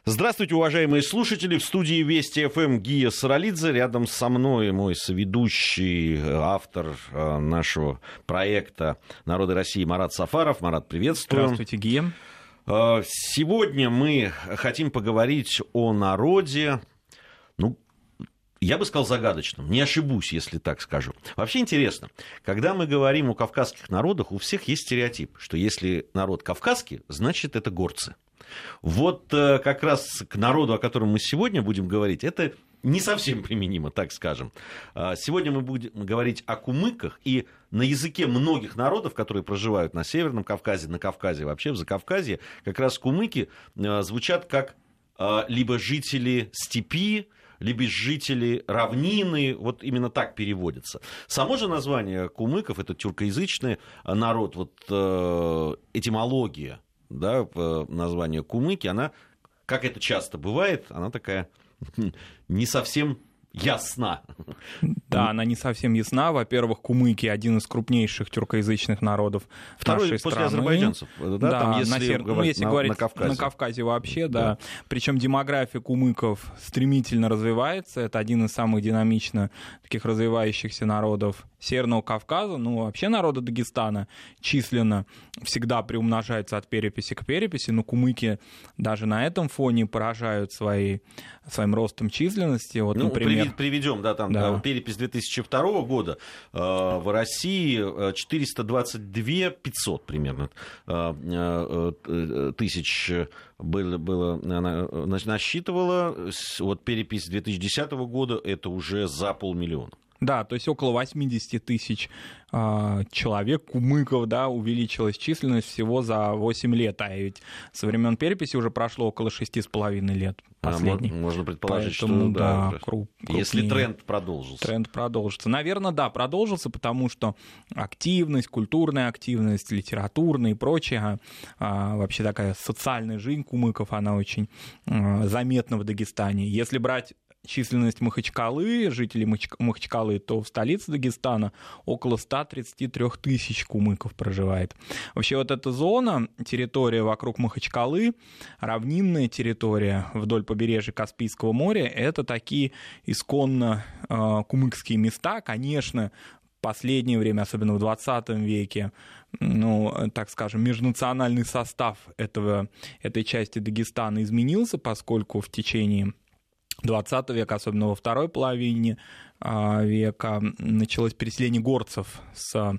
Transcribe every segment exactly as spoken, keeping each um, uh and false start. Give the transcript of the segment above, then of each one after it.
Здравствуйте, уважаемые слушатели. В студии Вести ФМ Гия Саралидзе. Рядом со мной мой соведущий, автор нашего проекта «Народы России» Марат Сафаров. Марат, приветствую. Здравствуйте, Гия. Сегодня мы хотим поговорить о народе, ну, я бы сказал, загадочном. Не ошибусь, если так скажу. Вообще интересно, когда мы говорим о кавказских народах, у всех есть стереотип, что если народ кавказский, значит, это горцы. Вот как раз к народу, о котором мы сегодня будем говорить, это не совсем применимо, так скажем. Сегодня мы будем говорить о кумыках, и на языке многих народов, которые проживают на Северном Кавказе, на Кавказе, вообще в Закавказье, как раз кумыки звучат как либо жители степи, либо жители равнины, вот именно так переводится. Само же название кумыков, это тюркоязычный народ, вот этимология, да, название кумыки, она, как это часто бывает, она такая не совсем ясна. Да, она не совсем ясна. Во-первых, кумыки — один из крупнейших тюркоязычных народов Второй нашей после страны. азербайджанцев, да, да, там, если, на сер... говорить, ну, если на, говорить на Кавказе. на Кавказе вообще, да. да. Причем демография кумыков стремительно развивается. Это один из самых динамично таких развивающихся народов Северного Кавказа. Ну, вообще народы Дагестана численно всегда приумножаются от переписи к переписи, но кумыки даже на этом фоне поражают своей, своим ростом численности. Вот, ну, например... приведем, да, там да. перепись две тысячи второго года, э, в России четыреста двадцать две тысячи пятьсот примерно э, э, тысяч было, было, насчитывало. Вот перепись две тысячи десятого года, это уже за полмиллиона. Да, то есть около восемьдесят тысяч э, человек, кумыков, да, увеличилась численность всего за восемь лет. А ведь со времен переписи уже прошло около шести с половиной лет последних. А, можно предположить, Поэтому, что да, да, круп, если тренд продолжится. Тренд продолжится. Наверное, да, продолжится, потому что активность, культурная активность, литературная и прочее, а, вообще такая социальная жизнь кумыков, она очень а, заметна в Дагестане. Если брать численность Махачкалы, жителей Махачкалы, то в столице Дагестана около ста тридцати трёх тысяч кумыков проживает. Вообще вот эта зона, территория вокруг Махачкалы, равнинная территория вдоль побережья Каспийского моря, это такие исконно э, кумыкские места. Конечно, в последнее время, особенно в двадцатом веке, ну, так скажем, межнациональный состав этого, этой части Дагестана изменился, поскольку в течение двадцатого века, особенно во второй половине века, началось переселение горцев с,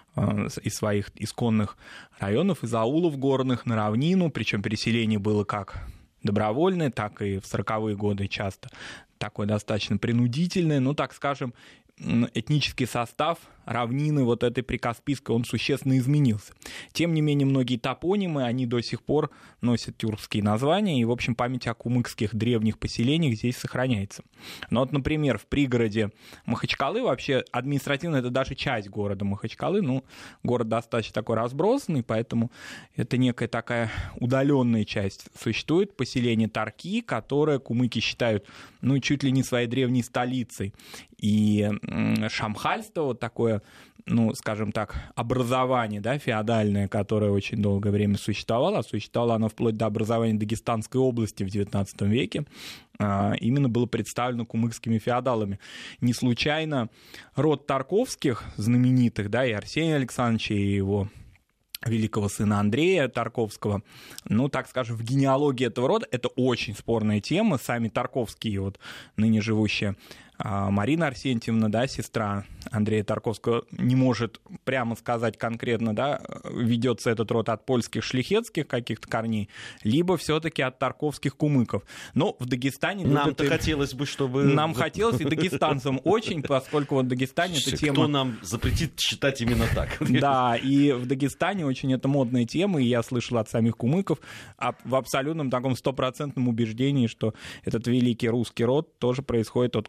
из своих исконных районов, из аулов горных на равнину, причем переселение было как добровольное, так и в сороковые годы часто такое достаточно принудительное, ну, так скажем, этнический состав равнины вот этой прикаспийской, он существенно изменился. Тем не менее, многие топонимы, они до сих пор носят тюркские названия, и, в общем, память о кумыкских древних поселениях здесь сохраняется. Но вот, например, в пригороде Махачкалы, вообще административно это даже часть города Махачкалы, ну, город достаточно такой разбросанный, поэтому это некая такая удаленная часть. Существует поселение Тарки, которое кумыки считают, ну, чуть ли не своей древней столицей. И шамхальство, вот такое, ну, скажем так, образование, да, феодальное, которое очень долгое время существовало, а существовало оно вплоть до образования Дагестанской области в девятнадцатом веке, именно было представлено кумыкскими феодалами. Не случайно род Тарковских, знаменитых, да, и Арсения Александровича, и его великого сына Андрея Тарковского, ну, так скажем, в генеалогии этого рода, это очень спорная тема, сами Тарковские, вот ныне живущие Марина Арсентьевна, да, сестра Андрея Тарковского, не может прямо сказать конкретно, да, ведется этот род от польских шляхетских каких-то корней, либо все-таки от тарковских кумыков. Но в Дагестане... Нам-то и... хотелось бы, чтобы... Нам хотелось, и дагестанцам очень, поскольку вот в Дагестане эта тема... Кто нам запретит считать именно так? Да, и в Дагестане очень это модная тема, и я слышал от самих кумыков в абсолютном таком стопроцентном убеждении, что этот великий русский род тоже происходит от кумыкских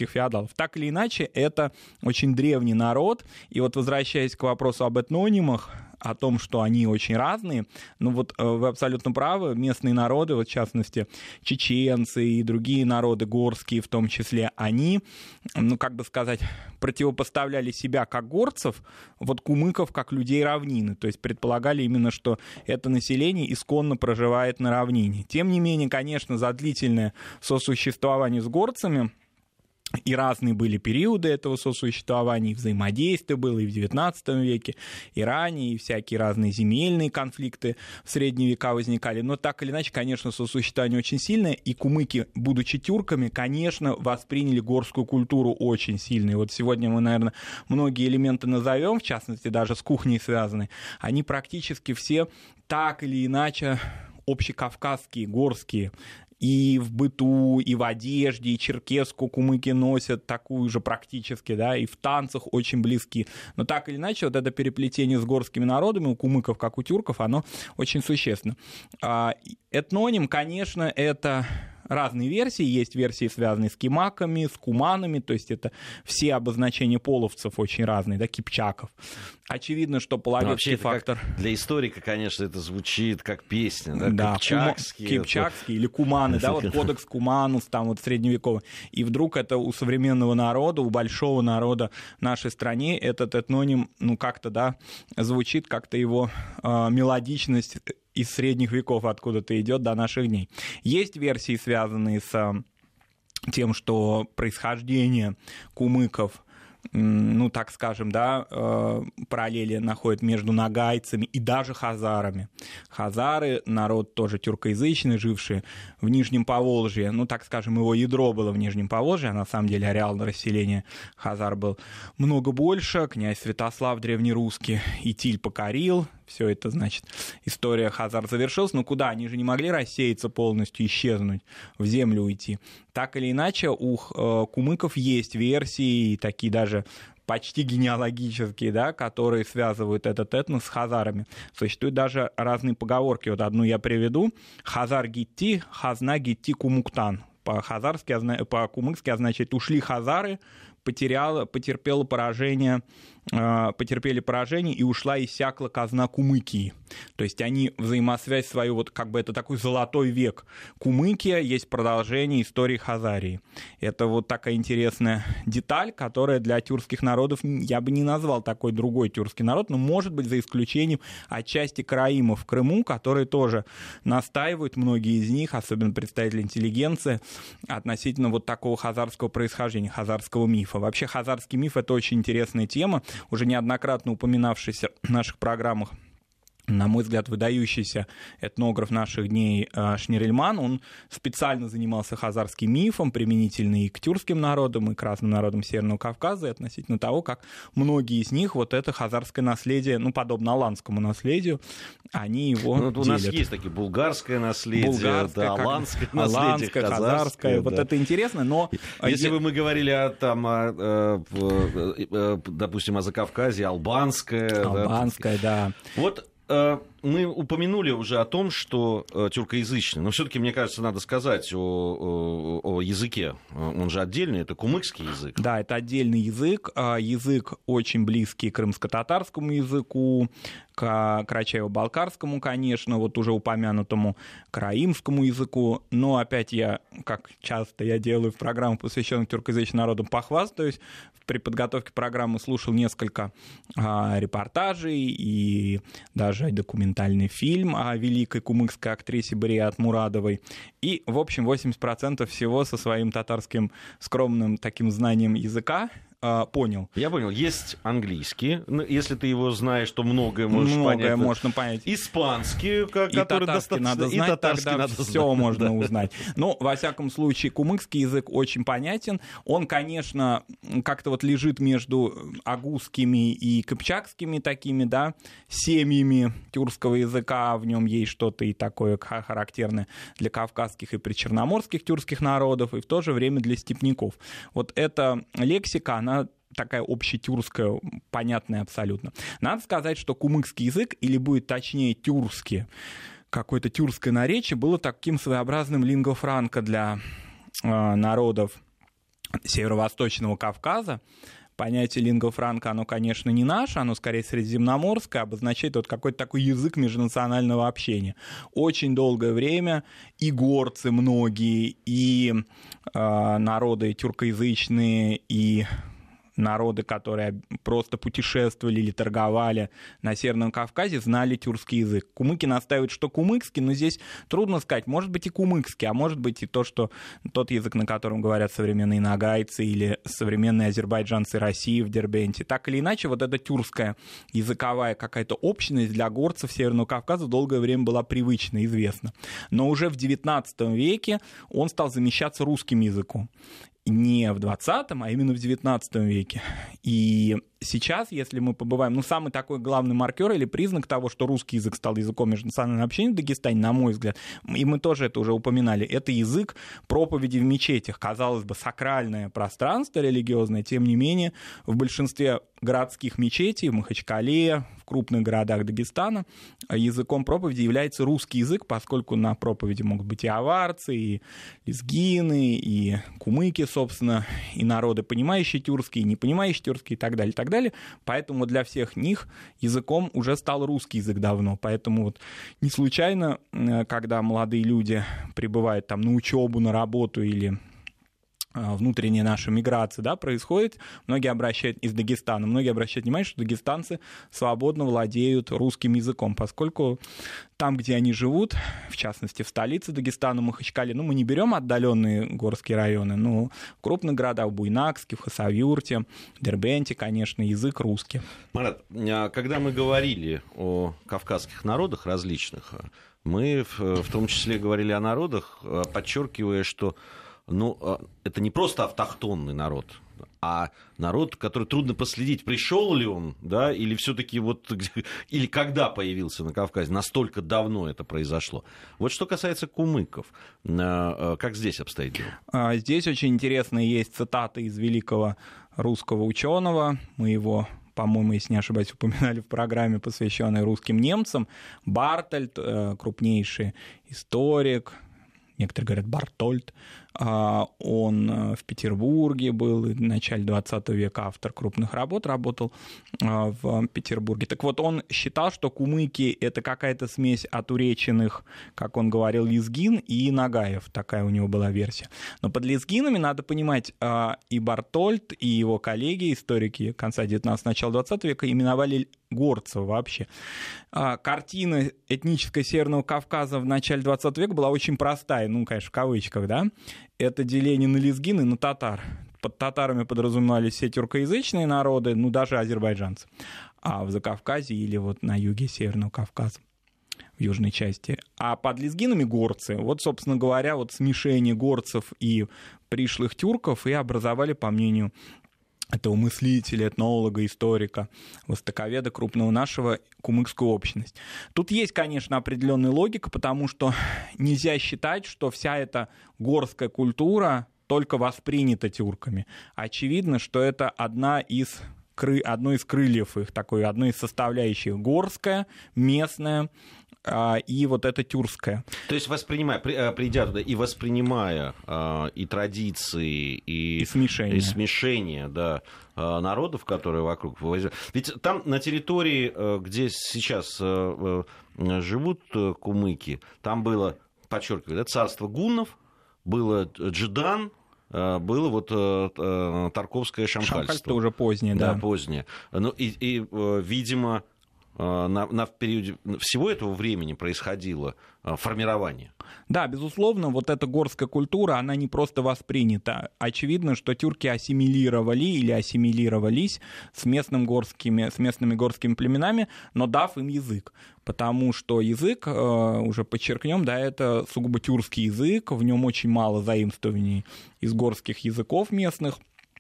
тюркских феодалов. Так или иначе, это очень древний народ, и вот возвращаясь к вопросу об этнонимах, о том, что они очень разные, ну вот вы абсолютно правы, местные народы, вот в частности чеченцы и другие народы, горские в том числе, они, ну как бы сказать, противопоставляли себя как горцев, вот кумыков как людей равнины, то есть предполагали именно, что это население исконно проживает на равнине. Тем не менее, конечно, за длительное сосуществование с горцами, и разные были периоды этого сосуществования, и взаимодействие было и в девятнадцатом веке, и ранее, и всякие разные земельные конфликты в средние века возникали. Но так или иначе, конечно, сосуществование очень сильное, и кумыки, будучи тюрками, конечно, восприняли горскую культуру очень сильно. И вот сегодня мы, наверное, многие элементы назовем, в частности, даже с кухней связанные, они практически все так или иначе общекавказские, горские, и в быту, и в одежде, и черкеску кумыки носят такую же практически, да, и в танцах очень близки. Но так или иначе, вот это переплетение с горскими народами у кумыков, как у тюрков, оно очень существенно. Этноним, конечно, это разные версии. Есть версии, связанные с кимаками, с куманами, то есть это все обозначения половцев очень разные, да, кипчаков. Очевидно, что половецкий ну, фактор... Для историка, конечно, это звучит как песня, да, да, кипчакские. Кума... Кипчакские или куманы, да, вот кодекс Куманус, там вот средневековый. И вдруг это у современного народа, у большого народа в нашей стране этот этноним, ну, как-то, да, звучит, как-то его э, мелодичность из средних веков откуда-то идет до наших дней. Есть версии, связанные с тем, что происхождение кумыков, ну, так скажем, да, параллели находят между нагайцами и даже хазарами. Хазары, народ тоже тюркоязычный, живший в Нижнем Поволжье, ну, так скажем, его ядро было в Нижнем Поволжье, а на самом деле ареал расселения хазар был много больше. Князь Святослав древнерусский Итиль покорил. Все это, значит, история хазар завершилась. Но куда? Они же не могли рассеяться полностью, исчезнуть, в землю уйти. Так или иначе, у э, кумыков есть версии, такие даже почти генеалогические, да, которые связывают этот этнос с хазарами. Существуют даже разные поговорки. Вот одну я приведу. «Хазар гитти, хазна гитти кумуктан». По-хазарски, по-кумыкски означает «ушли хазары, потеряла, потерпела поражение, э, потерпели поражение и ушла иссякла казна Кумыкии». То есть они взаимосвязь свою, вот как бы это такой золотой век. Кумыкия есть продолжение истории Хазарии. Это вот такая интересная деталь, которая для тюркских народов, я бы не назвал такой другой тюркский народ, но может быть за исключением отчасти караимов в Крыму, которые тоже настаивают, многие из них, особенно представители интеллигенции, относительно вот такого хазарского происхождения, хазарского мифа. Вообще хазарский миф — это очень интересная тема, уже неоднократно упоминавшаяся в наших программах. На мой взгляд, выдающийся этнограф наших дней Шнирельман, он специально занимался хазарским мифом, применительно и к тюркским народам, и к разным народам Северного Кавказа, и относительно того, как многие из них вот это хазарское наследие, ну, подобно аланскому наследию, они его ну, делят. У нас есть такие булгарское наследие, булгарское, да, аланское наследие, аланское, хазарское, хазарское, вот да. Это интересно, но... Если бы мы говорили о, там, о, о, допустим, о Закавказье, албанское... Албанское, да. да. Вот мы упомянули уже о том, что тюркоязычный, но все-таки, мне кажется, надо сказать о, о, о языке. Он же отдельный, это кумыкский язык. Да, это отдельный язык. Язык очень близкий к крымско-татарскому языку, к карачаево-балкарскому, конечно, вот уже упомянутому караимскому языку. Но опять я, как часто я делаю в программах, посвященных тюркоязычным народам, похвастаюсь. При подготовке программы слушал несколько а, репортажей и даже документальный фильм о великой кумыкской актрисе Бариат Мурадовой. И, в общем, восемьдесят процентов всего со своим татарским скромным таким знанием языка понял. Я понял. Есть английский. Если ты его знаешь, то многое можешь многое понять. Многое можно понять. Испанский, который и достаточно... Надо знать, и татарский тогда надо все знать. Можно узнать. Но, во всяком случае, кумыкский язык очень понятен. Он, конечно, как-то вот лежит между агузскими и кыпчакскими такими, да, семьями тюркского языка. В нем есть что-то и такое характерное для кавказских и причерноморских тюркских народов, и в то же время для степняков. Вот эта лексика, она такая общетюркская, понятная абсолютно. Надо сказать, что кумыкский язык, или будет точнее тюркский, какое-то тюркское наречие, было таким своеобразным лингва франка для э, народов Северо-Восточного Кавказа. Понятие лингва франка, оно, конечно, не наше, оно скорее средиземноморское, обозначает вот какой-то такой язык межнационального общения. Очень долгое время и горцы многие, и э, народы тюркоязычные, и народы, которые просто путешествовали или торговали на Северном Кавказе, знали тюркский язык. Кумыки настаивают, что кумыкский, но здесь трудно сказать. Может быть и кумыкский, а может быть и то, что тот язык, на котором говорят современные нагайцы или современные азербайджанцы России в Дербенте. Так или иначе, вот эта тюркская языковая какая-то общность для горцев Северного Кавказа долгое время была привычна, известна. Но уже в девятнадцатом веке он стал замещаться русским языком. Не в двадцатом, а именно в девятнадцатом веке. И сейчас, если мы побываем, ну, самый такой главный маркер или признак того, что русский язык стал языком межнационального общения в Дагестане, на мой взгляд, и мы тоже это уже упоминали, это язык проповеди в мечетях. Казалось бы, сакральное пространство религиозное, тем не менее, в большинстве городских мечетей, в Махачкале, в крупных городах Дагестана, языком проповеди является русский язык, поскольку на проповеди могут быть и аварцы, и лезгины, и кумыки, собственно, и народы, понимающие тюркский, и не понимающие тюркский, и так далее, и так далее. Поэтому для всех них языком уже стал русский язык давно. Поэтому вот не случайно, когда молодые люди прибывают там на учебу, на работу или внутренняя наша миграция, да, происходит, многие обращают из Дагестана, многие обращают внимание, что дагестанцы свободно владеют русским языком, поскольку там, где они живут, в частности, в столице Дагестана, Махачкале, ну, мы не берем отдаленные горские районы, но в крупных городах, в Буйнакске, в Хасавюрте, Дербенте, конечно, язык русский. Марат, когда мы говорили о кавказских народах различных, мы в том числе говорили о народах, подчеркивая, что ну, это не просто автохтонный народ, а народ, который трудно последить, пришел ли он, да, или все-таки вот, или когда появился на Кавказе, настолько давно это произошло. Вот что касается кумыков, как здесь обстоит дело? Здесь очень интересно есть цитаты из великого русского ученого, мы его, по-моему, если не ошибаюсь, упоминали в программе, посвященной русским немцам, Бартольд, крупнейший историк, некоторые говорят Бартольд, он в Петербурге был, в начале двадцатого века автор крупных работ, работал в Петербурге. Так вот, он считал, что кумыки — это какая-то смесь отуреченных, как он говорил, лезгин и нагаев. Такая у него была версия. Но под лезгинами, надо понимать, и Бартольд, и его коллеги, историки конца девятнадцатого, начала двадцатого века именовали горцев вообще. Картина этническая Северного Кавказа в начале двадцатого века была очень простая, ну, конечно, в кавычках, да, это деление на лезгин и на татар. Под татарами подразумевались все тюркоязычные народы, ну, даже азербайджанцы. А в Закавказье или вот на юге Северного Кавказа, в южной части. А под лезгинами горцы. Вот, собственно говоря, вот смешение горцев и пришлых тюрков и образовали, по мнению этого мыслителя, этнолога, историка, востоковеда крупного нашего, кумыкскую общность. Тут есть, конечно, определенная логика, потому что нельзя считать, что вся эта горская культура только воспринята тюрками. Очевидно, что это одна из, одно из крыльев их, такой, одной из составляющих горская, местная, и вот это тюркское. То есть, воспринимая, придя туда и воспринимая и традиции, и, и смешение, и смешение да, народов, которые вокруг. Ведь там на территории, где сейчас живут кумыки, там было, подчеркиваю, да, царство гуннов, было Джидан, было вот Тарковское шамхальство. Шамхальство уже позднее, да. Да, позднее. Ну, и, и, видимо, на, на периоде всего этого времени происходило формирование. Да, безусловно, вот эта горская культура, она не просто воспринята. Очевидно, что тюрки ассимилировали или ассимилировались с, местным горскими, с местными горскими племенами, но дав им язык. Потому что язык, уже подчеркнем, да, это сугубо тюркский язык, в нем очень мало заимствований из горских языков местных.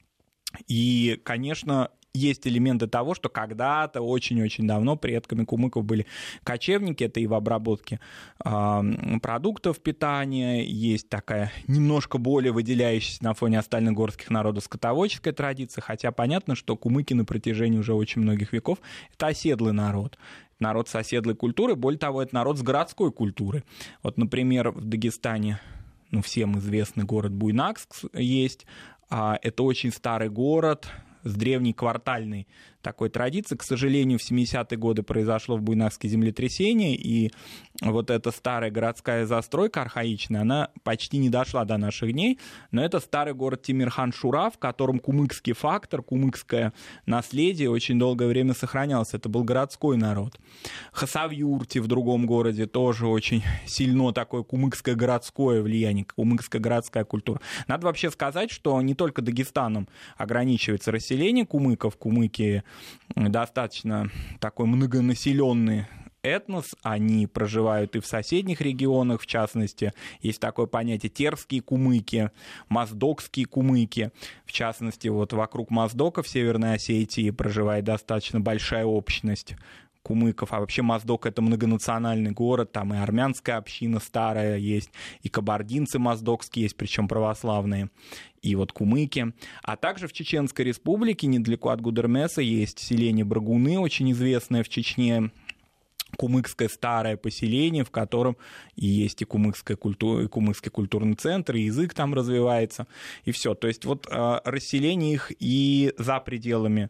И, конечно, есть элементы того, что когда-то, очень-очень давно предками кумыков были кочевники, это и в обработке э, продуктов питания, есть такая немножко более выделяющаяся на фоне остальных горских народов скотоводческая традиция, хотя понятно, что кумыки на протяжении уже очень многих веков — это оседлый народ. Народ с оседлой культурой, более того, это народ с городской культурой. Вот, например, в Дагестане, ну, всем известный город Буйнакск есть, Это очень старый город с древней квартальной такой традиции. К сожалению, в семидесятые годы произошло в Буйнакске землетрясение, и вот эта старая городская застройка архаичная, она почти не дошла до наших дней, но это старый город Тимирхан-Шура, в котором кумыкский фактор, кумыкское наследие очень долгое время сохранялось. Это был городской народ. Хасавюрте в другом городе тоже очень сильно такое кумыкское городское влияние, кумыкская городская культура. Надо вообще сказать, что не только Дагестаном ограничивается расселение кумыков, кумыки достаточно такой многонаселенный этнос, они проживают и в соседних регионах, в частности, есть такое понятие терские кумыки, моздокские кумыки, в частности, вот вокруг Моздока в Северной Осетии проживает достаточно большая общность кумыков, а вообще Моздок — это многонациональный город, там и армянская община старая есть, и кабардинцы моздокские есть, причем православные, и вот кумыки. А также в Чеченской республике, недалеко от Гудермеса, есть селение Брагуны, очень известное в Чечне, кумыкское старое поселение, в котором и есть и, кумыкская культура, и кумыкский культурный центр, и язык там развивается, и все. То есть вот расселение их и за пределами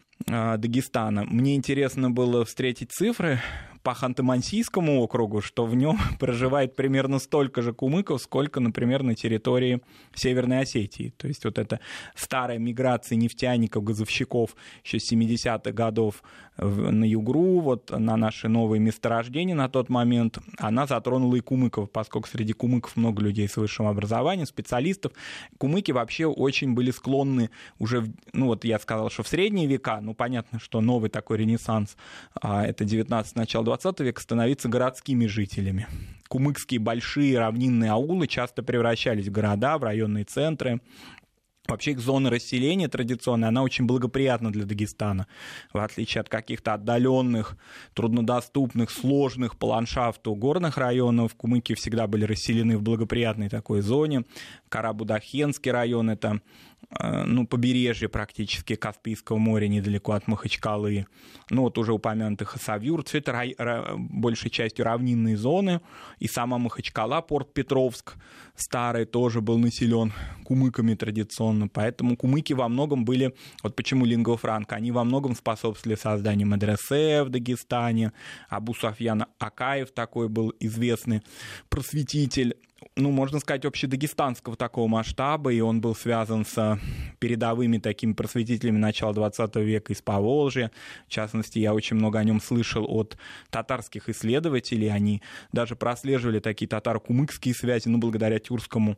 Дагестана. Мне интересно было встретить цифры по Ханты-Мансийскому округу, что в нем проживает примерно столько же кумыков, сколько, например, на территории Северной Осетии. То есть вот эта старая миграция нефтяников, газовщиков еще с семидесятых годов на Югру, вот на наши новые месторождения на тот момент, она затронула и кумыков, поскольку среди кумыков много людей с высшим образованием, специалистов. Кумыки вообще очень были склонны уже, ну вот я сказал, что в средние века, ну понятно, что новый такой ренессанс, это девятнадцатый, начало двадцатого века, становиться городскими жителями. Кумыкские большие равнинные аулы часто превращались в города, в районные центры. Вообще их зона расселения традиционная, она очень благоприятна для Дагестана. В отличие от каких-то отдаленных, труднодоступных, сложных по ландшафту горных районов, кумыки всегда были расселены в благоприятной такой зоне. Карабудахенский район — это ну, побережье практически Каспийского моря, недалеко от Махачкалы. Ну, вот уже упомянутый Хасавюрт, все это рай, ра, большей частью равнинные зоны. И сама Махачкала, порт Петровск старый, тоже был населен кумыками традиционно. Поэтому кумыки во многом были, вот почему лингва франка, они во многом способствовали созданию медресе в Дагестане. Абу Софьян Акаев такой был известный просветитель, ну, можно сказать, общедагестанского такого масштаба, и он был связан с передовыми такими просветителями начала двадцатого века из Поволжья. В частности, я очень много о нем слышал от татарских исследователей, они даже прослеживали такие татаро-кумыкские связи, ну, благодаря тюркскому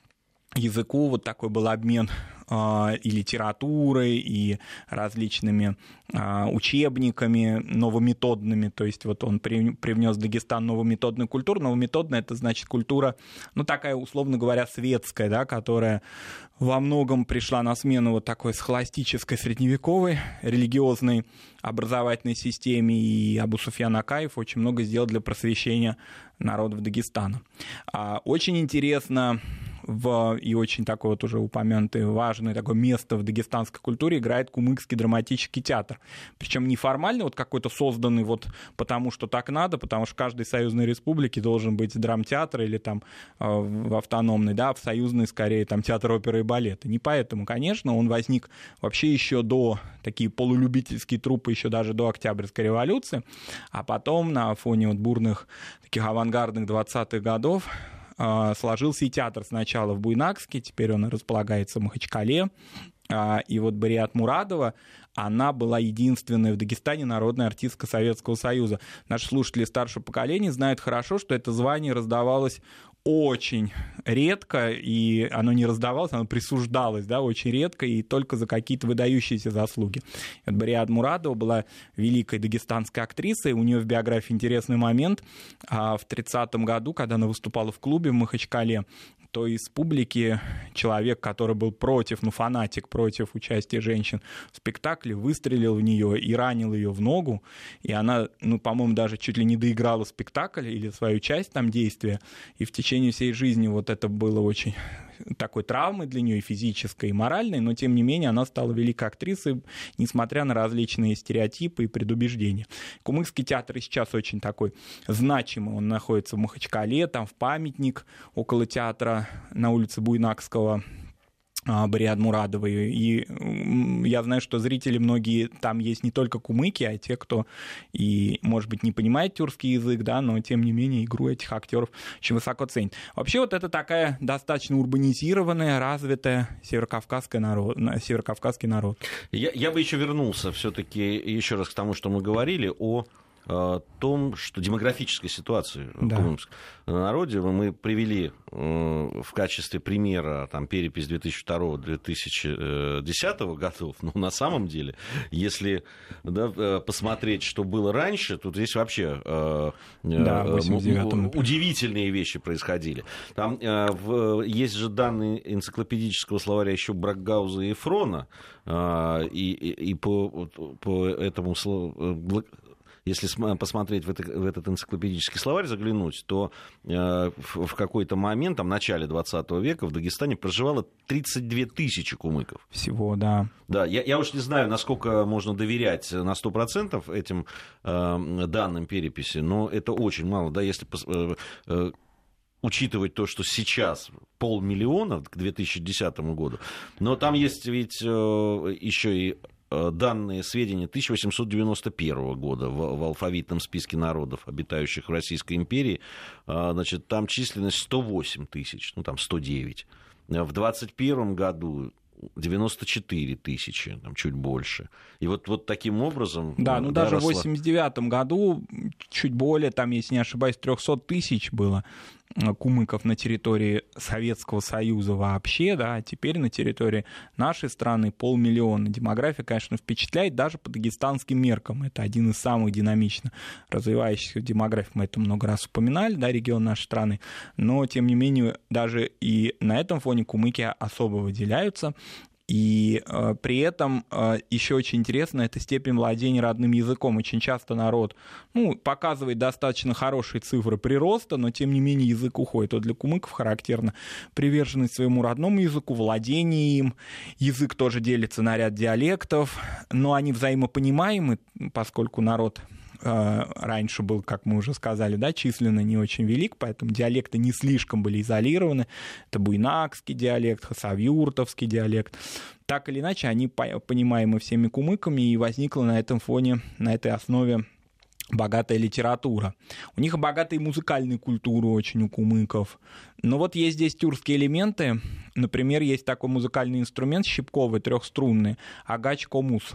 языку. Вот такой был обмен э, и литературой, и различными э, учебниками новометодными. То есть вот он при, привнес в Дагестан новометодную культуру. Новометодная — это значит культура, ну такая, условно говоря, светская, да, которая во многом пришла на смену вот такой схоластической средневековой религиозной образовательной системе. И Абу Суфьян Акаев очень много сделал для просвещения народов Дагестана. А, очень интересно в, и очень такое вот уже упомянутое важное такое место в дагестанской культуре играет Кумыкский драматический театр. Причем не формально вот какой-то созданный вот потому, что так надо, потому что в каждой союзной республике должен быть драмтеатр или там э, в автономной, да, в союзной скорее там театр оперы и балета. Не поэтому, конечно, он возник вообще еще до, такие полулюбительские труппы еще даже до Октябрьской революции, а потом на фоне вот бурных таких авангардных двадцатых годов сложился и театр сначала в Буйнакске, теперь он располагается в Махачкале. И вот Бариат Мурадова, она была единственная в Дагестане народная артистка Советского Союза. Наши слушатели старшего поколения знают хорошо, что это звание раздавалось очень редко, и оно не раздавалось, оно присуждалось, да, очень редко, и только за какие-то выдающиеся заслуги. Вот Бариат Мурадова была великой дагестанской актрисой, у нее в биографии интересный момент. В тридцатом году, когда она выступала в клубе в Махачкале, то из публики человек, который был против, ну, фанатик против участия женщин в спектакле, выстрелил в нее и ранил ее в ногу, и она, ну, по-моему, даже чуть ли не доиграла спектакль или свою часть там действия, и в течение всей жизни вот это было очень такой травмой для нее и физической, и моральной, но тем не менее она стала великой актрисой, несмотря на различные стереотипы и предубеждения. Кумыкский театр и сейчас очень такой значимый, он находится в Махачкале, там в памятник около театра на улице Буйнакского Бариад Мурадовой. И я знаю, что зрители многие там есть не только кумыки, а те, кто и, может быть, не понимает тюркский язык, да, но, тем не менее, игру этих актеров очень высоко ценит. Вообще, вот это такая достаточно урбанизированная, развитая северокавказская народ, северокавказский народ. Я, я бы еще вернулся все-таки еще раз к тому, что мы говорили о о том, что демографическая ситуация да. в кумыкском народе, мы привели в качестве примера там, перепись две тысячи второго - две тысячи десятого годов, но на самом деле, если да, посмотреть, что было раньше, тут здесь вообще да, удивительные вещи происходили. Там есть же данные энциклопедического словаря еще Бракгауза и Эфрона, и, и, и по, по этому слову... Если посмотреть в, это, в этот энциклопедический словарь, заглянуть, то э, в, в какой-то момент, там, в начале двадцатого века в Дагестане проживало тридцать две тысячи кумыков. Всего, да. Да, я, я уж не знаю, насколько можно доверять на сто процентов этим э, данным переписи, но это очень мало, да, если... Э, э, учитывать то, что сейчас полмиллиона к две тысячи десятому году, но там есть ведь э, еще и данные сведения тысяча восемьсот девяносто первого года в, в алфавитном списке народов, обитающих в Российской империи, значит, там численность сто восемь тысяч, ну там сто девять. В двадцать первом году девяносто четыре тысячи, там чуть больше. И вот, вот таким образом... Да, ну да, даже росла... в восемьдесят девятом году чуть более, там, если не ошибаюсь, триста тысяч было кумыков на территории Советского Союза вообще, да, а теперь на территории нашей страны полмиллиона. Демография, конечно, впечатляет даже по дагестанским меркам. Это один из самых динамично развивающихся демографий. Мы это много раз упоминали, да, регион нашей страны. Но, тем не менее, даже и на этом фоне кумыки особо выделяются. И э, при этом э, еще очень интересно это степень владения родным языком. Очень часто народ ну, показывает достаточно хорошие цифры прироста, но тем не менее язык уходит. Вот для кумыков характерна приверженность своему родному языку, владение им. Язык тоже делится на ряд диалектов, но они взаимопонимаемы, поскольку народ раньше был, как мы уже сказали, да, численно не очень велик, поэтому диалекты не слишком были изолированы. Это буйнакский диалект, хасавюртовский диалект. Так или иначе, они понимаемы всеми кумыками, и возникла на этом фоне, на этой основе богатая литература. У них богатая музыкальная культура очень у кумыков. Но вот есть здесь тюркские элементы. Например, есть такой музыкальный инструмент щипковый, трехструнный, агач-комус.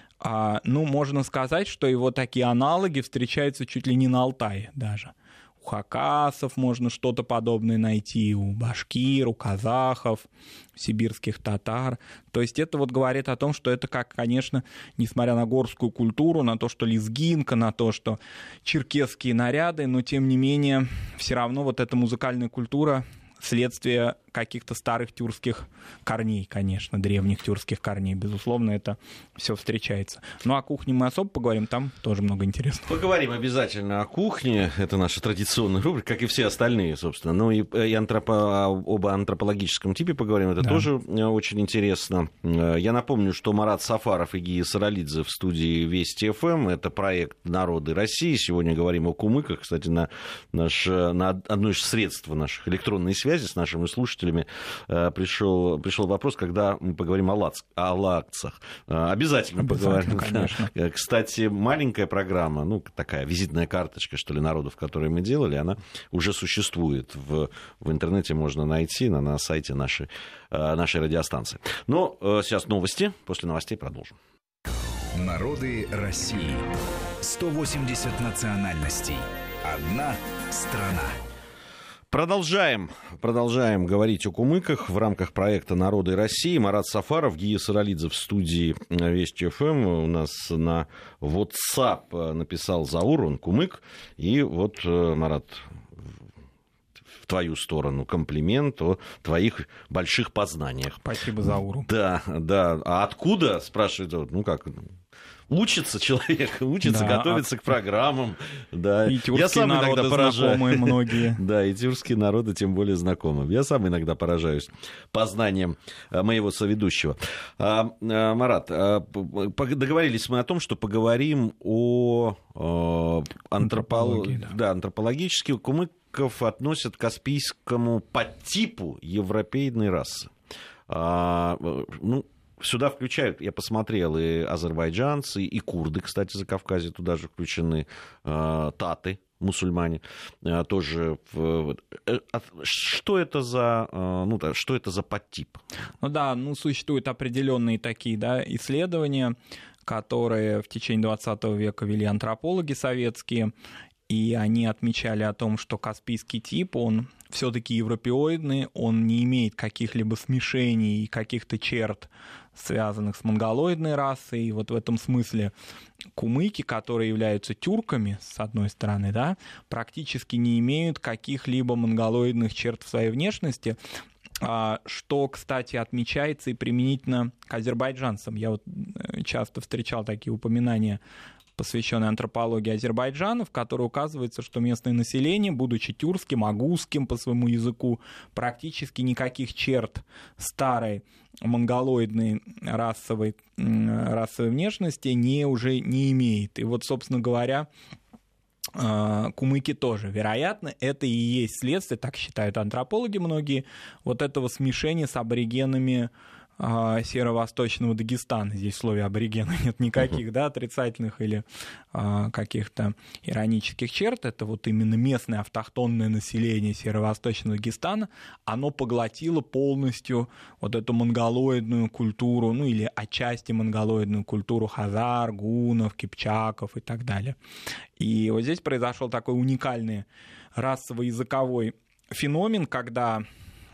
А, ну, можно сказать, что его такие аналоги встречаются чуть ли не на Алтае даже. У хакасов можно что-то подобное найти, у башкир, у казахов, у сибирских татар. То есть это вот говорит о том, что это, как, конечно, несмотря на горскую культуру, на то, что лезгинка, на то, что черкесские наряды, но тем не менее все равно вот эта музыкальная культура следствие каких-то старых тюркских корней, конечно, древних тюркских корней. Безусловно, это все встречается. Ну, о кухне мы особо поговорим, там тоже много интересного. Поговорим обязательно о кухне. Это наша традиционная рубрика, как и все остальные, собственно. Ну, и, и антропо... об антропологическом типе поговорим. Это да. тоже очень интересно. Я напомню, что Марат Сафаров и Гия Саралидзе в студии Вести ФМ. Это проект «Народы России». Сегодня говорим о кумыках. Кстати, на, наш, на одно из средств наших электронной связи с нашими слушателями пришел, пришел вопрос, когда мы поговорим о, лац, о лакцах. Обязательно, Обязательно поговорим. Конечно. Да. Кстати, маленькая программа, ну, такая визитная карточка, что ли, народов, которые мы делали, она уже существует. В, в интернете можно найти на, на сайте нашей, нашей радиостанции. Но сейчас новости. После новостей продолжим. Народы России. сто восемьдесят национальностей. Одна страна. Продолжаем, продолжаем говорить о кумыках в рамках проекта «Народы России». Марат Сафаров, Гия Саралидзе в студии Вести ФМ. У нас на WhatsApp написал Заур, он кумык. И вот, Марат, в твою сторону комплимент о твоих больших познаниях. Спасибо Зауру. Да, да. А откуда, спрашивает, ну как... Учится человек, учится, да, готовится а... к программам. Да. И тюркские Я сам народы знакомые многие. Да, и тюркские народы тем более знакомы. Я сам иногда поражаюсь познанием моего соведущего. А, а, Марат, а, договорились мы о том, что поговорим о, о антропол... да. Да, антропологически кумыков относят к каспийскому подтипу европейной расы. ну, сюда включают, я посмотрел, и азербайджанцы, и курды, кстати, Закавказье туда же включены, таты, мусульмане тоже. Что это за, ну, что это за подтип? Ну да, ну, существуют определенные такие, да, исследования, которые в течение двадцатого века вели антропологи советские, и они отмечали о том, что каспийский тип, он все-таки европеоидный, он не имеет каких-либо смешений и каких-то черт, связанных с монголоидной расой. И вот в этом смысле кумыки, которые являются тюрками, с одной стороны, да, практически не имеют каких-либо монголоидных черт в своей внешности, что, кстати, отмечается и применительно к азербайджанцам. Я вот часто встречал такие упоминания, посвященной антропологии Азербайджана, в которой указывается, что местное население, будучи тюркским, агузским по своему языку, практически никаких черт старой монголоидной расовой, расовой внешности не, уже не имеет. И вот, собственно говоря, кумыки тоже. Вероятно, это и есть следствие, так считают антропологи многие, вот этого смешения с аборигенами северо-восточного Дагестана. Здесь в слове аборигена нет никаких, да, отрицательных или а, каких-то иронических черт. Это вот именно местное автохтонное население северо-восточного Дагестана. Оно поглотило полностью вот эту монголоидную культуру, ну или отчасти монголоидную культуру хазар, гунов, кипчаков и так далее. И вот здесь произошел такой уникальный расово-языковой феномен, когда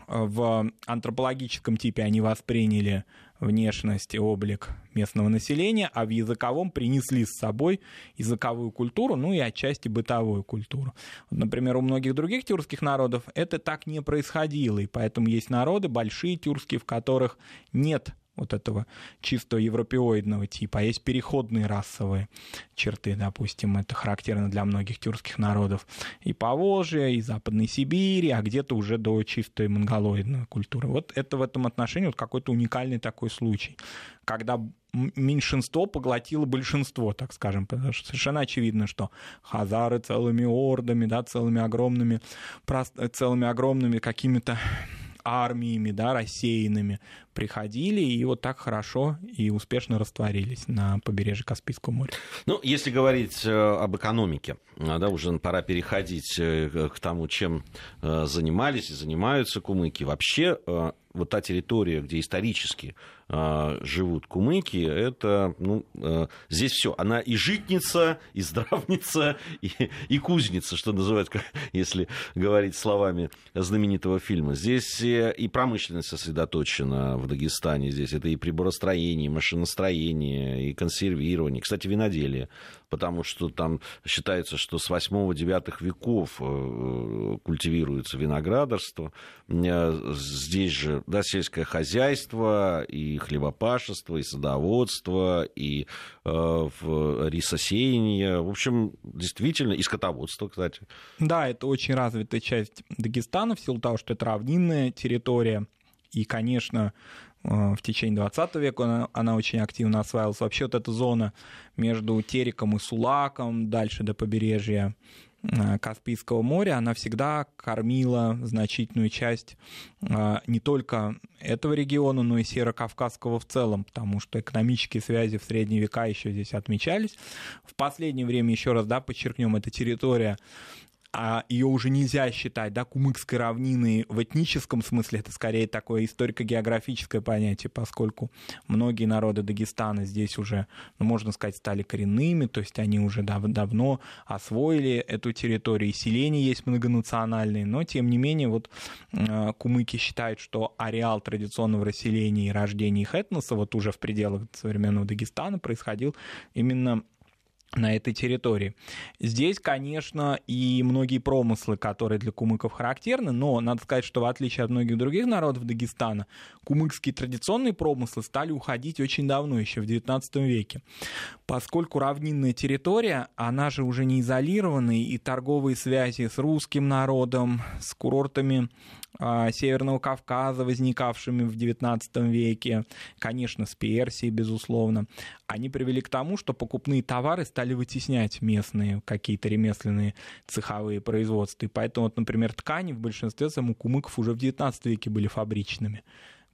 в антропологическом типе они восприняли внешность и облик местного населения, а в языковом принесли с собой языковую культуру, ну и отчасти бытовую культуру. Вот, например, у многих других тюркских народов это так не происходило, и поэтому есть народы большие тюркские, в которых нет вот этого чисто европеоидного типа, а есть переходные расовые черты, допустим, это характерно для многих тюркских народов и Поволжья, и Западной Сибири, а где-то уже до чистой монголоидной культуры. Вот это в этом отношении вот какой-то уникальный такой случай, когда меньшинство поглотило большинство, так скажем, потому что совершенно очевидно, что хазары целыми ордами, да, целыми огромными, целыми огромными какими-то армиями, да, рассеянными приходили и вот так хорошо и успешно растворились на побережье Каспийского моря. Ну, если говорить об экономике, да, уже пора переходить к тому, чем занимались и занимаются кумыки. Вообще, вот та территория, где исторически живут кумыки, это, ну, здесь все. Она и житница, и здравница, и, и кузница, что называется, если говорить словами знаменитого фильма. Здесь и промышленность сосредоточена в Дагестане. Здесь это и приборостроение, и машиностроение, и консервирование. Кстати, виноделие. Потому что там считается, что с восьмого-девятых веков культивируется виноградарство. Здесь же, да, сельское хозяйство, и хлебопашество, и садоводство, и э, рисосеяние. В общем, действительно, и скотоводство, кстати. Да, это очень развитая часть Дагестана в силу того, что это равнинная территория. И, конечно, в течение двадцатого века она, она очень активно осваивалась. Вообще вот эта зона между Тереком и Сулаком, дальше до побережья Каспийского моря, она всегда кормила значительную часть не только этого региона, но и Северо-Кавказского в целом, потому что экономические связи в средние века еще здесь отмечались. В последнее время, еще раз, да, подчеркнем, эта территория, а ее уже нельзя считать, да, кумыкской равниной в этническом смысле, это скорее такое историко-географическое понятие, поскольку многие народы Дагестана здесь уже, ну, можно сказать, стали коренными, то есть они уже дав- давно освоили эту территорию, и селения есть многонациональные, но тем не менее вот э, кумыки считают, что ареал традиционного расселения и рождения их этноса вот уже в пределах современного Дагестана происходил именно на этой территории. Здесь, конечно, и многие промыслы, которые для кумыков характерны, но надо сказать, что в отличие от многих других народов Дагестана, кумыкские традиционные промыслы стали уходить очень давно, еще в девятнадцатом веке. Поскольку равнинная территория, она же уже не изолированная, и торговые связи с русским народом, с курортами Северного Кавказа, возникавшими в девятнадцатом веке, конечно, с Персией, безусловно, они привели к тому, что покупные товары стали вытеснять местные какие-то ремесленные цеховые производства. И поэтому, вот, например, ткани в большинстве своем у кумыков уже в девятнадцатом веке были фабричными.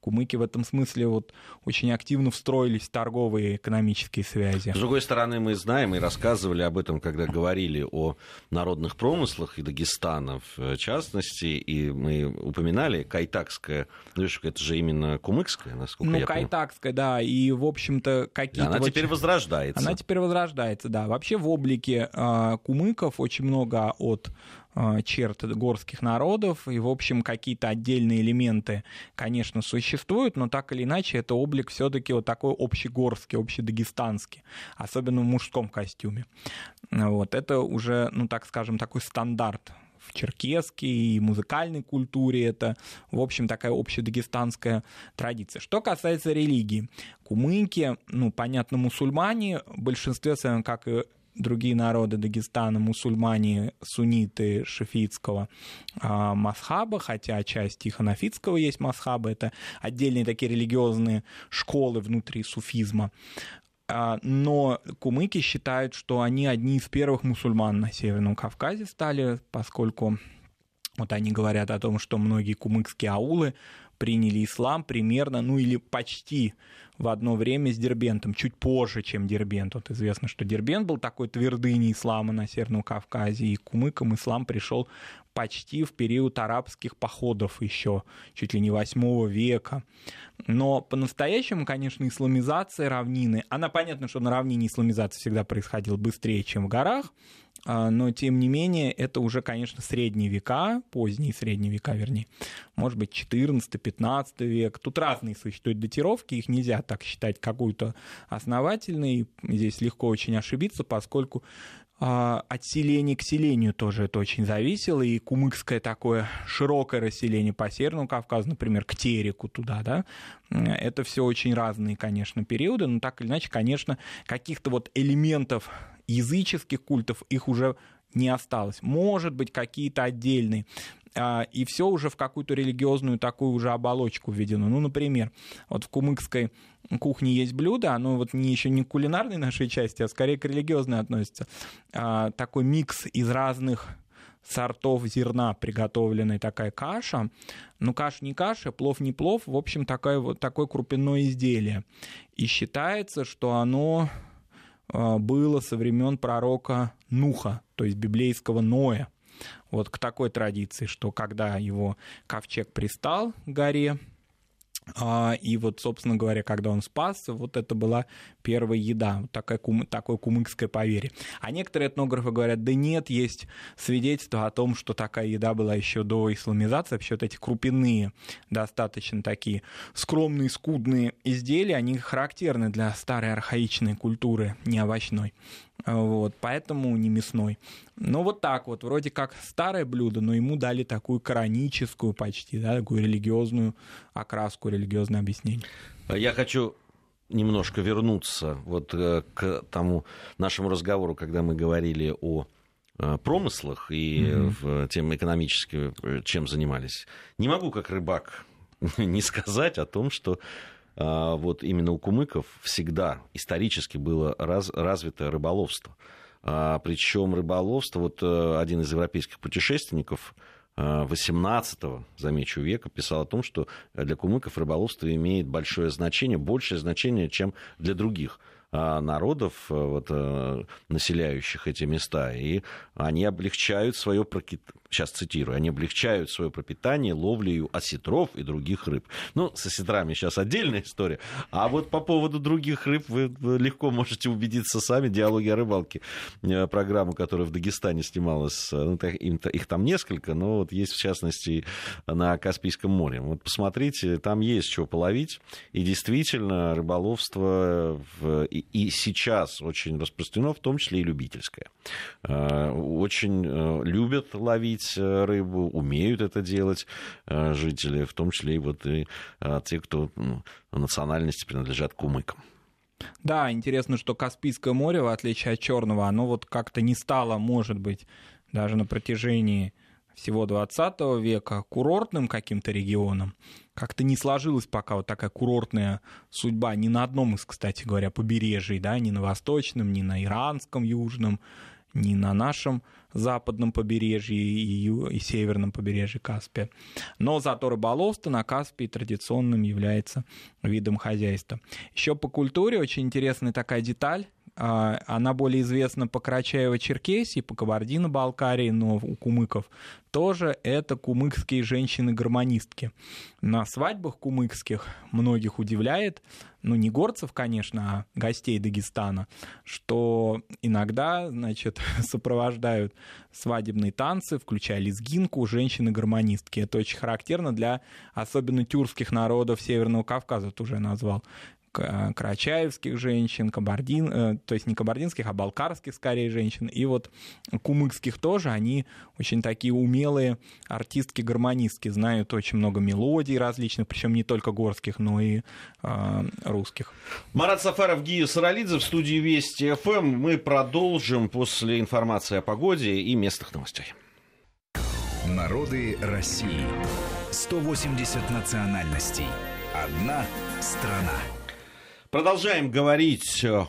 Кумыки в этом смысле вот очень активно встроились в торговые и экономические связи. С другой стороны, мы знаем и рассказывали об этом, когда говорили о народных промыслах и Дагестана в частности, и мы упоминали кайтакское, ну, это же именно кумыкское, насколько ну, я понимаю. Ну, кайтакское, да, и, в общем-то, какие-то... Она вот... теперь возрождается. Она теперь возрождается, да. Вообще в облике э, кумыков очень много от э, черт горских народов, и, в общем, какие-то отдельные элементы, конечно, существуют, но так или иначе это облик все-таки вот такой общегорский, общедагестанский, особенно в мужском костюме. Вот. Это уже, ну, так скажем, такой стандарт в черкесской и музыкальной культуре. Это, в общем, такая общедагестанская традиция. Что касается религии. Кумыки, ну, понятно, мусульмане, в большинстве своем, как и другие народы Дагестана, мусульмане, сунниты шафиитского а, масхаба, хотя часть и ханафитского есть масхаба, это отдельные такие религиозные школы внутри суфизма. Но кумыки считают, что они одни из первых мусульман на Северном Кавказе стали, поскольку вот они говорят о том, что многие кумыкские аулы приняли ислам примерно, ну или почти в одно время с Дербентом, чуть позже, чем Дербент. Вот известно, что Дербент был такой твердыней ислама на Северном Кавказе, и к кумыкам ислам пришел почти в период арабских походов еще, чуть ли не восьмого века. Но по-настоящему, конечно, исламизация равнины, она, понятно, что на равнине исламизация всегда происходила быстрее, чем в горах, но, тем не менее, это уже, конечно, средние века, поздние средние века, вернее, может быть, четырнадцатый-пятнадцатый век. Тут разные существуют датировки, их нельзя так считать какой-то основательной. Здесь легко очень ошибиться, поскольку от селения к селению тоже это очень зависело, и кумыкское такое широкое расселение по Северному Кавказу, например, к Тереку туда, да, это все очень разные, конечно, периоды, но так или иначе, конечно, каких-то вот элементов языческих культов их уже не осталось. Может быть, какие-то отдельные. И все уже в какую-то религиозную такую уже оболочку введено. Ну, например, вот в кумыкской кухне есть блюдо, оно вот не, еще не к кулинарной нашей части, а скорее к религиозной относится. Такой микс из разных сортов зерна, приготовленная такая каша. Ну, каша не каша, плов не плов. В общем, такое, вот такое крупяное изделие. И считается, что оно было со времен пророка Нуха, то есть библейского Ноя. Вот к такой традиции, что когда его ковчег пристал к горе, и вот, собственно говоря, когда он спасся, вот это была первая еда, вот такое, такое кумыкское поверье. А некоторые этнографы говорят, да нет, есть свидетельства о том, что такая еда была еще до исламизации, вообще вот эти крупяные, достаточно такие скромные, скудные изделия, они характерны для старой архаичной культуры, не овощной. Вот, поэтому не мясной. Ну, вот так вот, вроде как старое блюдо, но ему дали такую кораническую почти, да, такую религиозную окраску, религиозное объяснение. Я хочу немножко вернуться вот к тому нашему разговору, когда мы говорили о промыслах и mm-hmm. в тем экономически, чем занимались. Не могу, как рыбак, не сказать о том, что вот именно у кумыков всегда исторически было раз, развито рыболовство. Причем рыболовство, вот один из европейских путешественников восемнадцатого, замечу, века писал о том, что для кумыков рыболовство имеет большое значение, большее значение, чем для других народов, вот, населяющих эти места, и они облегчают свое, сейчас цитирую, они облегчают свое пропитание ловлею осетров и других рыб. Ну, с осетрами сейчас отдельная история, а вот по поводу других рыб вы легко можете убедиться сами. «Диалоги о рыбалке», программа, которая в Дагестане снималась, ну, их там несколько, но вот есть в частности на Каспийском море. Вот посмотрите, там есть что половить, и действительно рыболовство в и сейчас очень распространено, в том числе и любительское. Очень любят ловить рыбу, умеют это делать жители, в том числе и вот и те, кто ну, национальности принадлежат кумыкам. Да, интересно, что Каспийское море, в отличие от Черного, оно вот как-то не стало, может быть, даже на протяжении всего двадцатого века курортным каким-то регионом. Как-то не сложилась пока вот такая курортная судьба ни на одном из, кстати говоря, побережий, да, ни на восточном, ни на иранском южном, ни на нашем западном побережье и, и северном побережье Каспия. Но зато рыболовство на Каспии традиционным является видом хозяйства. Еще по культуре очень интересная такая деталь. Она более известна по Карачаево-Черкесии, по Кабардино-Балкарии, но у кумыков тоже это кумыкские женщины-гармонистки. На свадьбах кумыкских многих удивляет, ну не горцев, конечно, а гостей Дагестана, что иногда, значит, сопровождают свадебные танцы, включая лезгинку, женщины-гармонистки. Это очень характерно для особенно тюркских народов Северного Кавказа, ты уже назвал. Карачаевских женщин, кабардин, то есть не кабардинских, а балкарских скорее женщин, и вот кумыкских тоже, они очень такие умелые артистки-гармонистки, знают очень много мелодий различных, причем не только горских, но и э, русских. Марат Сафаров, Гия Саралидзе в студии Вести эф эм. Мы продолжим после информации о погоде и местных новостей. Народы России. сто восемьдесят национальностей. Одна страна. Продолжаем говорить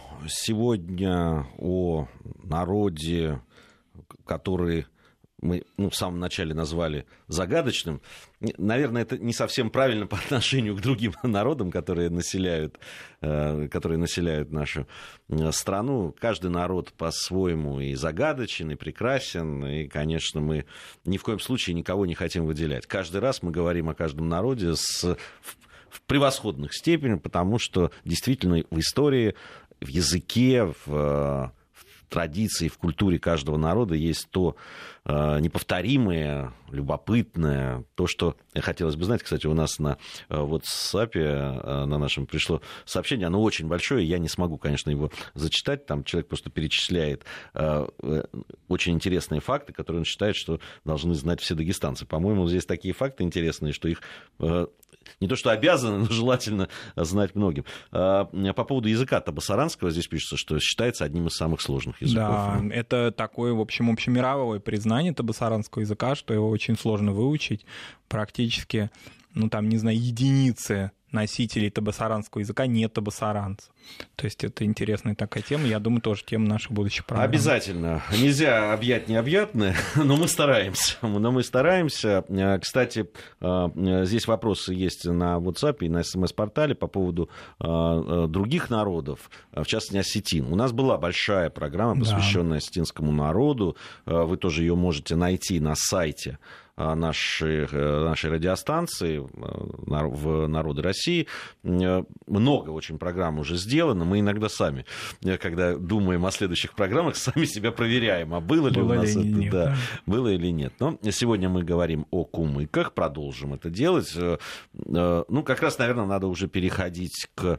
сегодня о народе, который мы ну, в самом начале назвали загадочным. Наверное, это не совсем правильно по отношению к другим народам, которые населяют, которые населяют нашу страну. Каждый народ по-своему и загадочен, и прекрасен. И, конечно, мы ни в коем случае никого не хотим выделять. Каждый раз мы говорим о каждом народе с... в превосходных степенях, потому что действительно в истории, в языке, в, в традиции, в культуре каждого народа есть то э, неповторимое, любопытное, то, что хотелось бы знать. Кстати, у нас на WhatsApp, э, на нашем пришло сообщение, оно очень большое, я не смогу, конечно, его зачитать, там человек просто перечисляет э, э, очень интересные факты, которые он считает, что должны знать все дагестанцы. По-моему, здесь такие факты интересные, что их... Э, не то что обязаны, но желательно знать многим. По поводу языка табасаранского здесь пишется, что считается одним из самых сложных языков. Да, это такое, в общем, общемировое признание табасаранского языка, что его очень сложно выучить. Практически, ну там, не знаю, единицы носителей табасаранского языка не табасаранцы. То есть это интересная такая тема, я думаю, тоже тема наших будущих программ. Обязательно. Нельзя объять необъятное, но мы стараемся. Но мы стараемся. Кстати, здесь вопросы есть на WhatsApp и на эс эм эс-портале по поводу других народов, в частности, осетин. У нас была большая программа, посвященная да. осетинскому народу. Вы тоже ее можете найти на сайте нашей, нашей радиостанции в «Народы России». Много очень программ уже сделано. Мы иногда сами, когда думаем о следующих программах, сами себя проверяем, а было ли было у нас ли это, нет, да, да. было или нет. Но сегодня мы говорим о кумыках, продолжим это делать. Ну, как раз, наверное, надо уже переходить к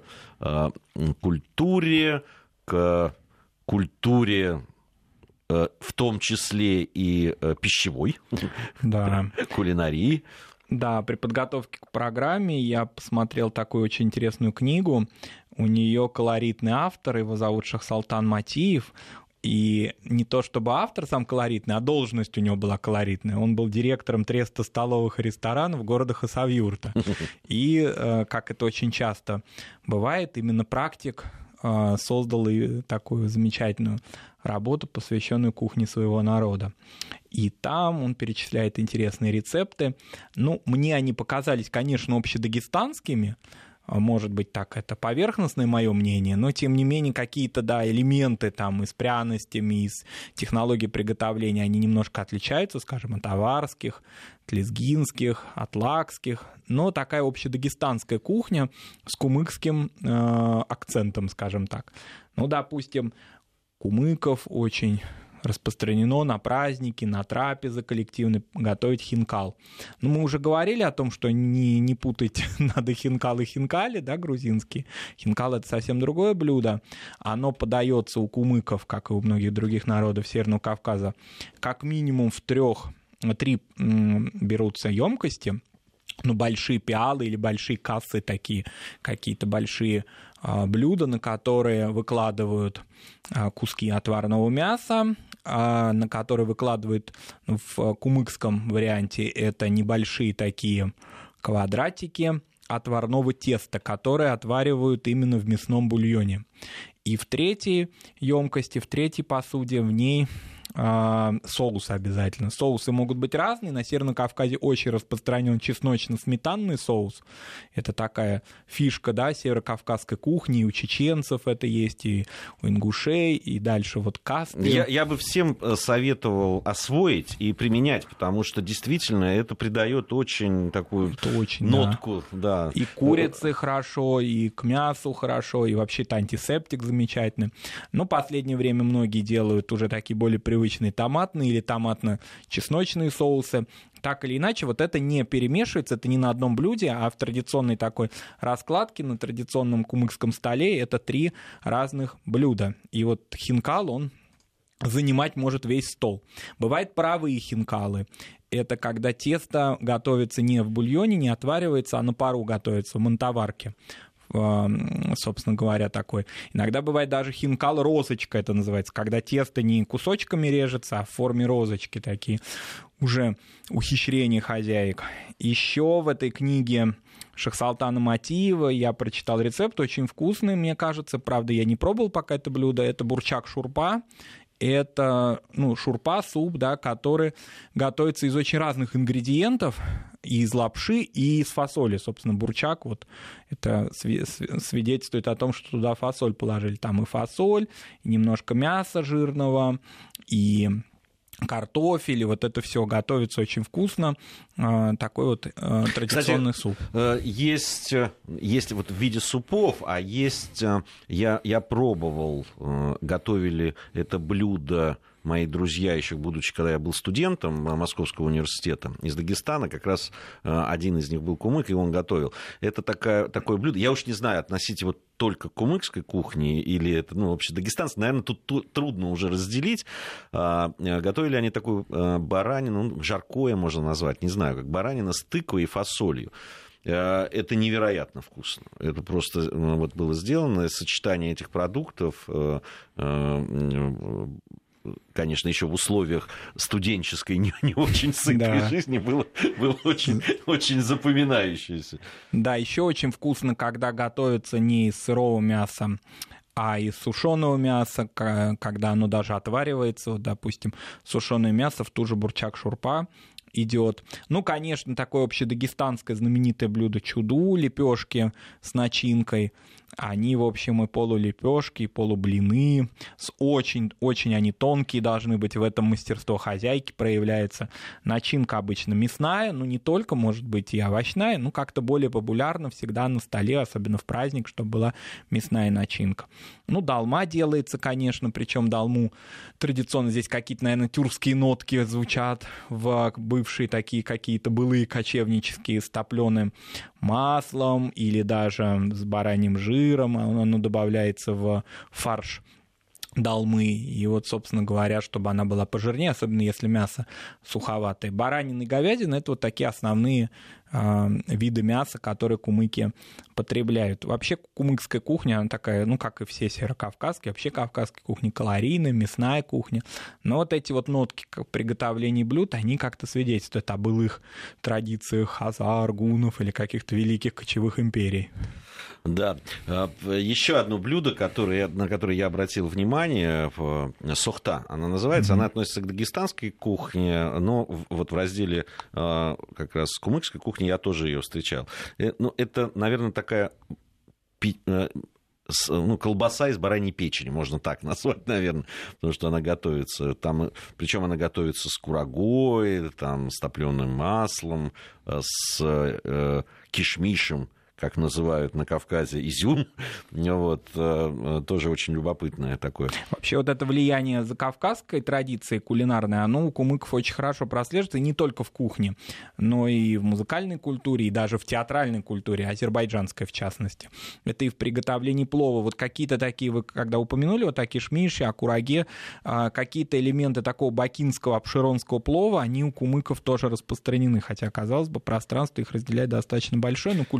культуре, к культуре, в том числе и пищевой, да. кулинарии. Да, при подготовке к программе я посмотрел такую очень интересную книгу. У нее колоритный автор, его зовут Шахсалтан Матиев. И не то чтобы автор сам колоритный, а должность у него была колоритная. Он был директором треста столовых и ресторанов города Хасавюрта. И, как это очень часто бывает, именно практик создал и такую замечательную работу, посвященную кухне своего народа. И там он перечисляет интересные рецепты. Ну, мне они показались, конечно, общедагестанскими. Может быть, так это поверхностное мое мнение, но, тем не менее, какие-то, да, элементы там и с пряностями, и с технологией приготовления, они немножко отличаются, скажем, от аварских, от лезгинских, от лакских. Но такая общедагестанская кухня с кумыкским э, акцентом, скажем так. Ну, допустим, кумыков очень распространено на праздники, на трапезы коллективные готовить хинкал. Ну, мы уже говорили о том, что не, не путать надо хинкал и хинкали, да, грузинские. Хинкал — это совсем другое блюдо. Оно подается у кумыков, как и у многих других народов Северного Кавказа, как минимум в трех, три берутся емкости, ну, большие пиалы или большие кассы такие, какие-то большие а, блюда, на которые выкладывают а, куски отварного мяса, а, на которые выкладывают в кумыкском варианте это небольшие такие квадратики отварного теста, которые отваривают именно в мясном бульоне. И в третьей емкости, в третьей посуде в ней соусы обязательно. Соусы могут быть разные. На Северном Кавказе очень распространен чесночно-сметанный соус. Это такая фишка, да, северокавказской кухни. И у чеченцев это есть, и у ингушей, и дальше вот каспи. Я, я бы всем советовал освоить и применять, потому что действительно это придает очень такую очень, нотку. Да. Да. И курицы хорошо, и к мясу хорошо, и вообще-то антисептик замечательный. Но в последнее время многие делают уже такие более привычные томатные или томатно-чесночные соусы. Так или иначе, вот это не перемешивается, это не на одном блюде, а в традиционной такой раскладке, на традиционном кумыкском столе это три разных блюда. И вот хинкал, он занимать может весь стол. Бывают паровые хинкалы. Это когда тесто готовится не в бульоне, не отваривается, а на пару готовится в мантоварке. Собственно говоря, такой. Иногда бывает даже хинкал-розочка, это называется, когда тесто не кусочками режется, а в форме розочки, такие уже ухищрения хозяек. Еще в этой книге Шахсалтана Матиева я прочитал рецепт, очень вкусный, мне кажется, правда, я не пробовал пока это блюдо, это бурчак-шурпа. Это, ну, шурпа, суп, да, который готовится из очень разных ингредиентов, и из лапши, и из фасоли. Собственно, бурчак, вот это свидетельствует о том, что туда фасоль положили. Там и фасоль, и немножко мяса жирного, и картофель, и вот это все готовится очень вкусно. Такой вот традиционный Кстати, суп. Есть, есть вот в виде супов, а есть, я, я пробовал, готовили это блюдо мои друзья, еще будучи, когда я был студентом Московского университета из Дагестана, как раз один из них был кумык, и он готовил. Это такая, такое блюдо, я уж не знаю, относить его только к кумыкской кухне или это, ну, вообще дагестанцы, наверное, тут, тут трудно уже разделить. Готовили они такую баранину, ну, жаркое можно назвать, не знаю, как баранина с тыквой и фасолью. Это невероятно вкусно. Это просто вот было сделано, сочетание этих продуктов, конечно, еще в условиях студенческой не, не очень сытой да. жизни было, было очень, очень запоминающееся. Да, еще очень вкусно, когда готовится не из сырого мяса, а из сушеного мяса, когда оно даже отваривается, вот, допустим, сушеное мясо в ту же бурчак-шурпа идет. Ну, конечно, такое общедагестанское знаменитое блюдо чуду, лепешки с начинкой. Они, в общем, и полулепешки, и полублины. Очень-очень они тонкие должны быть. В этом мастерство хозяйки проявляется. Начинка обычно мясная, но не только, может быть, и овощная. Ну, как-то более популярно всегда на столе, особенно в праздник, чтобы была мясная начинка. Ну, долма делается, конечно, причем долму традиционно здесь какие-то, наверное, тюркские нотки звучат в бывшие такие какие-то былые кочевнические с топленым маслом или даже с бараньим жиром. Оно добавляется в фарш долмы. И вот, собственно говоря, чтобы она была пожирнее, особенно если мясо суховатое. Баранина и говядина — это вот такие основные э, виды мяса, которые кумыки потребляют. Вообще кумыкская кухня, она такая, ну, как и все северокавказские, вообще кавказская кухня калорийная, мясная кухня. Но вот эти вот нотки приготовления блюд, они как-то свидетельствуют о былых традициях хазар, гунов или каких-то великих кочевых империй. Да. Еще одно блюдо, которое, на которое я обратил внимание, сохта, она называется, mm-hmm. она относится к дагестанской кухне, но вот в разделе как раз кумыкской кухни я тоже ее встречал. Ну, это, наверное, такая ну, колбаса из бараньей печени, можно так назвать, наверное, потому что она готовится, там, причем она готовится с курагой, там, с топленым маслом, с э, кишмишем, как называют на Кавказе, изюм, вот, тоже очень любопытное такое. Вообще вот это влияние закавказской традиции кулинарной, оно у кумыков очень хорошо прослеживается, и не только в кухне, но и в музыкальной культуре, и даже в театральной культуре, азербайджанской в частности. Это и в приготовлении плова. Вот какие-то такие, вы когда упомянули, вот о кишмише, о кураге, какие-то элементы такого бакинского, абшеронского плова, они у кумыков тоже распространены, хотя, казалось бы, пространство их разделяет достаточно большое, но культурный язык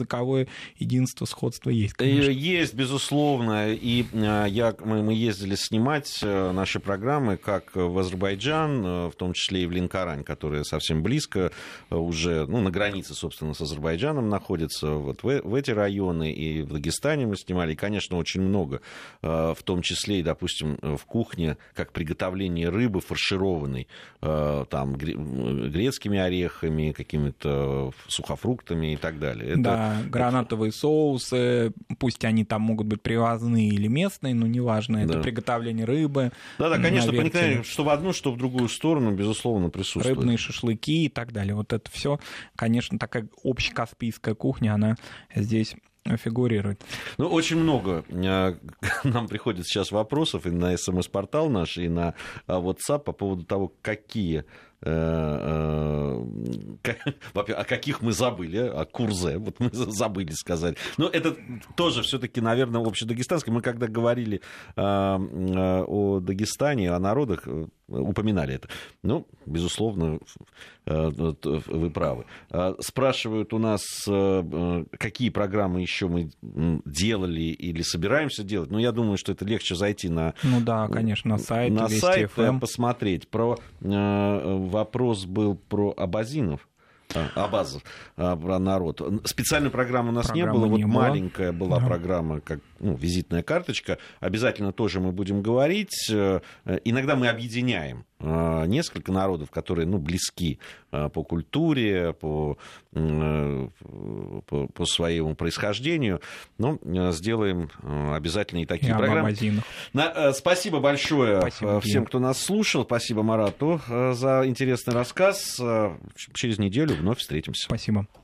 языковое единство, сходство есть, конечно. Есть, безусловно. И я, мы, мы ездили снимать наши программы как в Азербайджан, в том числе и в Ленкорань, которая совсем близко, уже ну, на границе, собственно, с Азербайджаном находится. Вот в, в эти районы. И в Дагестане мы снимали. И, конечно, очень много. В том числе и, допустим, в кухне, как приготовление рыбы фаршированной, там, грецкими орехами, какими-то сухофруктами и так далее. Это, да, гранатовые это... соусы, пусть они там могут быть привозные или местные, но неважно, это да. приготовление рыбы. Да-да, конечно, проникновение что в одну, что в другую сторону, безусловно, присутствует. Рыбные шашлыки и так далее. Вот это все, конечно, такая общекаспийская кухня, она здесь фигурирует. Ну, очень много нам приходит сейчас вопросов и на СМС-портал наш, и на WhatsApp по поводу того, какие о каких мы забыли, о Курзе, вот мы забыли сказать. Но это тоже все-таки, наверное, общедагестанское. Мы когда говорили о Дагестане, о народах, упоминали это. Ну, безусловно, вы правы. Спрашивают у нас, какие программы еще мы делали или собираемся делать. Но я думаю, что это легче зайти на... Ну да, конечно, на сайт, на Вести сайт эф эм. Посмотреть. Про, вопрос был про абазинов. Абазов, про народ. Специальной программы у нас Программы не было. Не вот было. Маленькая была да. программа, как ну, визитная карточка. Обязательно тоже мы будем говорить. Иногда мы объединяем несколько народов, которые ну, близки по культуре, по, по, по своему происхождению. Но сделаем обязательно и такие и программы. На, спасибо большое спасибо, всем, кто нас слушал. Спасибо Марату за интересный рассказ. Через неделю вновь встретимся. Спасибо.